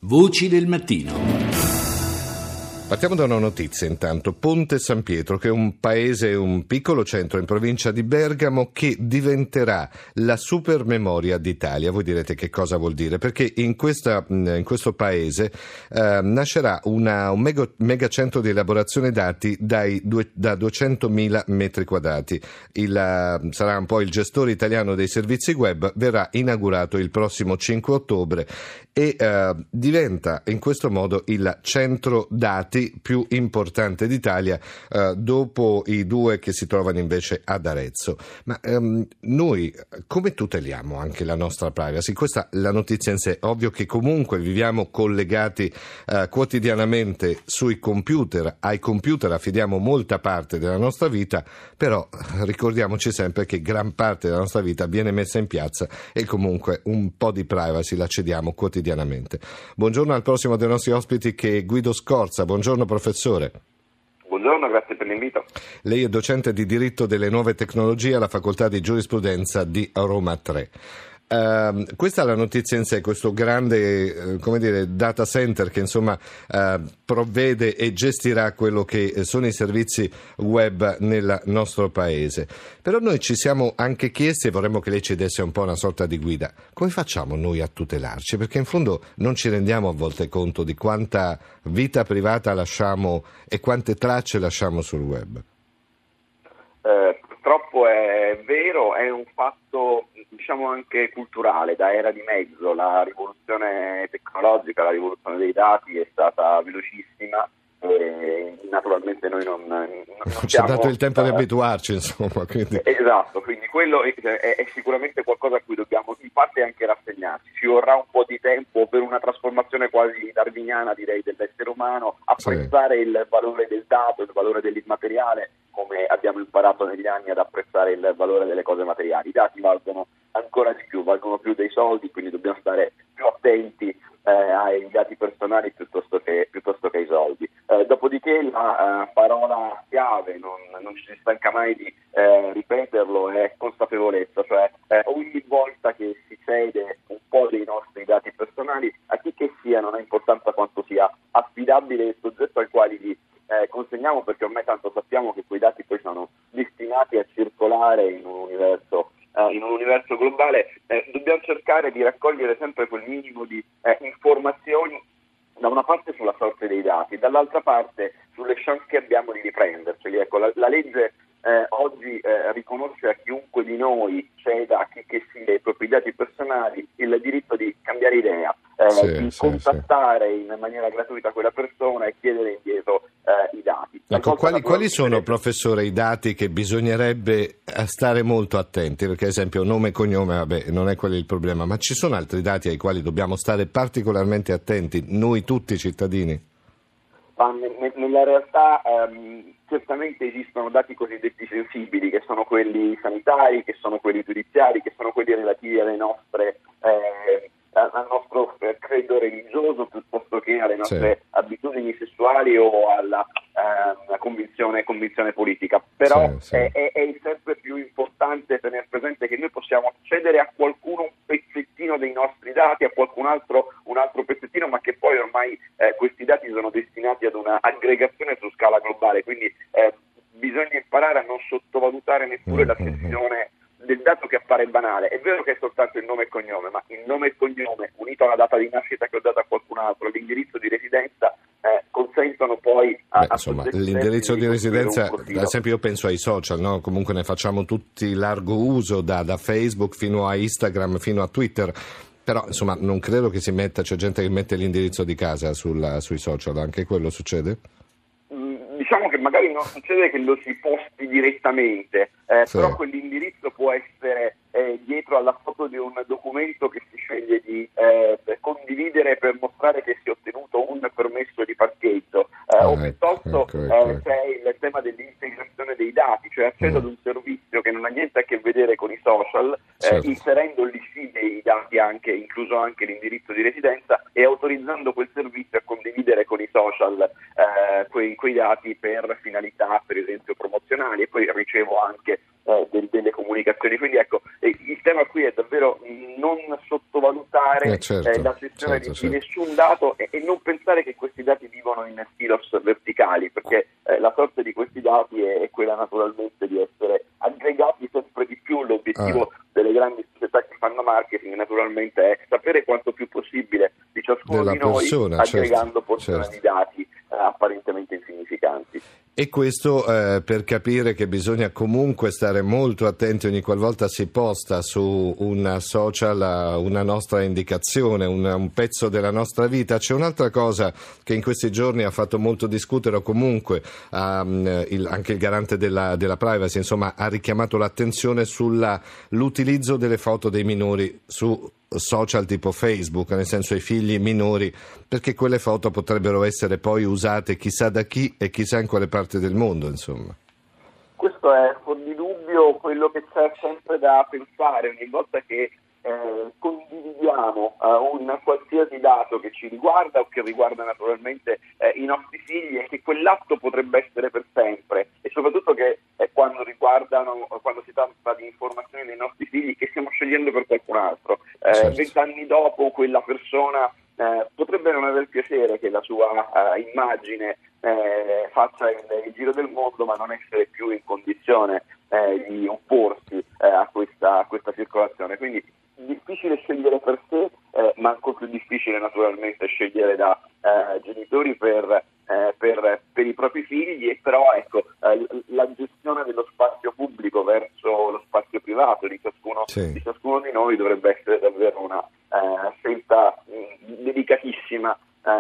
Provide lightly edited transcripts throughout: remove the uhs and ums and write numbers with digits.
Voci del mattino. Partiamo da una notizia intanto. Ponte San Pietro, che è un paese, un piccolo centro in provincia di Bergamo, che diventerà la supermemoria d'Italia. Voi direte che cosa vuol dire? Perché in questo paese nascerà un megacentro di elaborazione dati da 200.000 metri quadrati. Sarà un po' il gestore italiano dei servizi web, verrà inaugurato il prossimo 5 ottobre e diventa in questo modo il centro dati più importante d'Italia, dopo i due che si trovano invece ad Arezzo. Ma noi come tuteliamo anche la nostra privacy? Questa è la notizia in sé. Ovvio che comunque viviamo collegati quotidianamente sui computer, ai computer affidiamo molta parte della nostra vita, però ricordiamoci sempre che gran parte della nostra vita viene messa in piazza e comunque un po' di privacy la cediamo quotidianamente. Buongiorno al prossimo dei nostri ospiti, che è Guido Scorza. Buongiorno professore. Buongiorno, grazie per l'invito. Lei è docente di diritto delle nuove tecnologie alla facoltà di giurisprudenza di Roma 3. Questa è la notizia in sé, questo grande data center che provvede e gestirà quello che sono i servizi web nel nostro paese. Però noi ci siamo anche chiesti, e vorremmo che lei ci desse un po' una sorta di guida: come facciamo noi a tutelarci? Perché in fondo non ci rendiamo a volte conto di quanta vita privata lasciamo e quante tracce lasciamo sul web. Purtroppo è vero, è un fatto anche culturale, da era di mezzo. La rivoluzione tecnologica, la rivoluzione dei dati è stata velocissima e naturalmente noi non ci ha dato il tempo di abituarci, insomma. Quindi. Esatto, quindi quello è sicuramente qualcosa a cui dobbiamo in parte anche rassegnarci. Ci vorrà un po' di tempo per una trasformazione quasi darwiniana, direi, dell'essere umano, apprezzare il valore del dato, il valore dell'immateriale, come abbiamo imparato negli anni ad apprezzare il valore delle cose materiali. I dati valgono ancora di più, valgono più dei soldi, quindi dobbiamo stare più attenti ai dati personali piuttosto che ai soldi. Dopodiché la parola chiave, non ci si stanca mai di ripeterlo, è consapevolezza, cioè ogni volta che si cede un po' dei nostri dati personali a chi che sia, non ha importanza quanto sia affidabile il soggetto al quale li consegniamo, perché ormai tanto sappiamo che quei dati poi sono destinati a circolare in un universo globale. Dobbiamo cercare di raccogliere sempre quel minimo di informazioni, da una parte sulla sorte dei dati, dall'altra parte sulle chance che abbiamo di riprenderceli. Ecco, la legge oggi riconosce a chiunque di noi ceda a chi che sia i propri dati personali il diritto di cambiare idea, di contattare in maniera gratuita quella persona e chiedere indietro i dati. Ecco, quali sono, professore, i dati che bisognerebbe stare molto attenti? Perché ad esempio nome e cognome, non è quello il problema, ma ci sono altri dati ai quali dobbiamo stare particolarmente attenti, noi tutti cittadini? Ma nella realtà certamente esistono dati cosiddetti sensibili, che sono quelli sanitari, che sono quelli giudiziari, che sono quelli relativi alle nostre al nostro credo religioso piuttosto che alle nostre abitudini sessuali o alla convinzione politica. Però è sempre più importante tenere presente che noi possiamo accedere a qualcuno un pezzettino dei nostri dati, a qualcun altro un altro pezzettino, ma che poi ormai questi dati sono destinati ad una aggregazione su scala globale, quindi bisogna imparare a non sottovalutare neppure l'accezione del dato che appare banale. È vero che è soltanto il nome e cognome, ma il nome e cognome unito alla data di nascita che ho dato a qualcun altro, l'indirizzo di residenza, consentono poi l'indirizzo di residenza, ad esempio io penso ai social, no? Comunque ne facciamo tutti largo uso, da Facebook fino a Instagram fino a Twitter, però non credo che c'è gente che mette l'indirizzo di casa sui social, anche quello succede? Diciamo che magari non succede che lo si posti direttamente, però quell'indirizzo può essere dietro alla foto di un documento che si sceglie di condividere per mostrare che si è ottenuto un permesso di parcheggio, o piuttosto c'è il tema dell'integrazione dei dati, cioè accedo ad un servizio che non ha niente a che vedere con i social, inserendo lì sì dei dati anche, incluso anche l'indirizzo di residenza, e autorizzando quel servizio a condividere con i social quei dati per finalità per esempio promozionali, e poi ricevo anche delle comunicazioni. Quindi ecco, il tema qui è davvero non sottovalutare sottovalutare la sessione di nessun dato e non pensare che questi dati vivono in silos verticali, perché la sorte di questi dati è quella naturalmente di essere aggregati sempre di più. L'obiettivo delle grandi società che fanno marketing naturalmente è sapere quanto più possibile di ciascuno di noi, aggregando porzioni di dati apparentemente insignificanti. E questo per capire che bisogna comunque stare molto attenti ogni qualvolta si posta su una social una nostra indicazione, un pezzo della nostra vita. C'è un'altra cosa che in questi giorni ha fatto molto discutere, o comunque anche il garante della privacy, insomma, ha richiamato l'attenzione sull'utilizzo delle foto dei minori su social tipo Facebook, nel senso i figli minori, perché quelle foto potrebbero essere poi usate chissà da chi e chissà in quale parte del mondo, insomma. Questo è fuori di dubbio quello che c'è sempre da pensare ogni volta che condividiamo un qualsiasi dato che ci riguarda o che riguarda naturalmente i nostri figli, e che quell'atto potrebbe essere per sempre, e soprattutto che quando si tratta di informazioni dei nostri figli che stiamo scegliendo per qualcun altro. 20 anni dopo quella persona potrebbe non aver piacere che la sua immagine faccia il giro del mondo, ma non essere più in condizione di opporsi a questa circolazione. Quindi difficile scegliere per sé, ma ancora più difficile naturalmente scegliere da genitori per i propri figli, e però la gestione dello spazio pubblico verso lo spazio privato di ciascuno di noi dovrebbe essere davvero una scelta delicatissima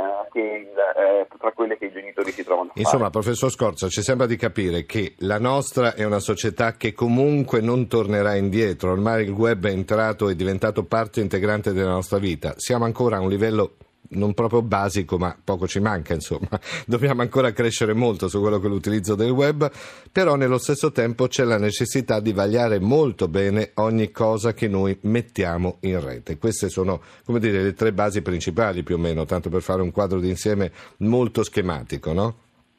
tra quelle che i genitori si trovano a fare. Insomma, professor Scorza, ci sembra di capire che la nostra è una società che comunque non tornerà indietro. Ormai il web è entrato e diventato parte integrante della nostra vita. Siamo ancora a un livello non proprio basico, ma poco ci manca, insomma. Dobbiamo ancora crescere molto su quello che è l'utilizzo del web, però nello stesso tempo c'è la necessità di vagliare molto bene ogni cosa che noi mettiamo in rete. Queste sono, come dire, le tre basi principali più o meno, tanto per fare un quadro d'insieme molto schematico, no?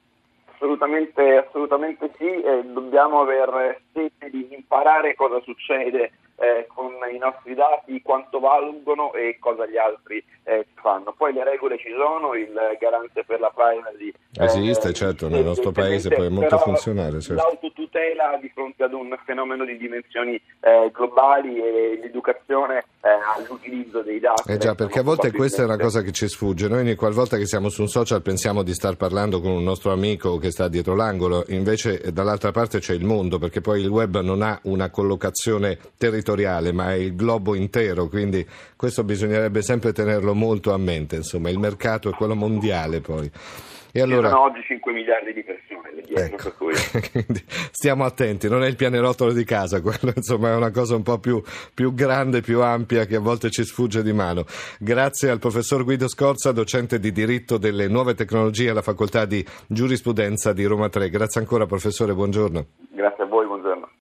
Assolutamente sì, dobbiamo aver sete di imparare cosa succede con i nostri dati, quanto valgono e cosa gli altri fanno. Poi le regole ci sono, il garante per la privacy esiste, certo, nel nostro paese poi è molto funzionale. Certo. L'autotutela di fronte ad un fenomeno di dimensioni globali e l'educazione all'utilizzo dei dati. Già, perché a volte questa è una cosa che ci sfugge. Noi ogni qualvolta che siamo su un social pensiamo di star parlando con un nostro amico che sta dietro l'angolo, invece dall'altra parte c'è il mondo, perché poi il web non ha una collocazione territoriale, ma è il globo intero, quindi questo bisognerebbe sempre tenerlo molto a mente, insomma, il mercato è quello mondiale poi. E allora, ci sono oggi 5 miliardi di persone dietro, per cui stiamo attenti, non è il pianerottolo di casa quello, insomma è una cosa un po' più grande, più ampia, che a volte ci sfugge di mano. Grazie al professor Guido Scorza, docente di diritto delle nuove tecnologie alla facoltà di giurisprudenza di Roma 3. Grazie ancora professore, buongiorno.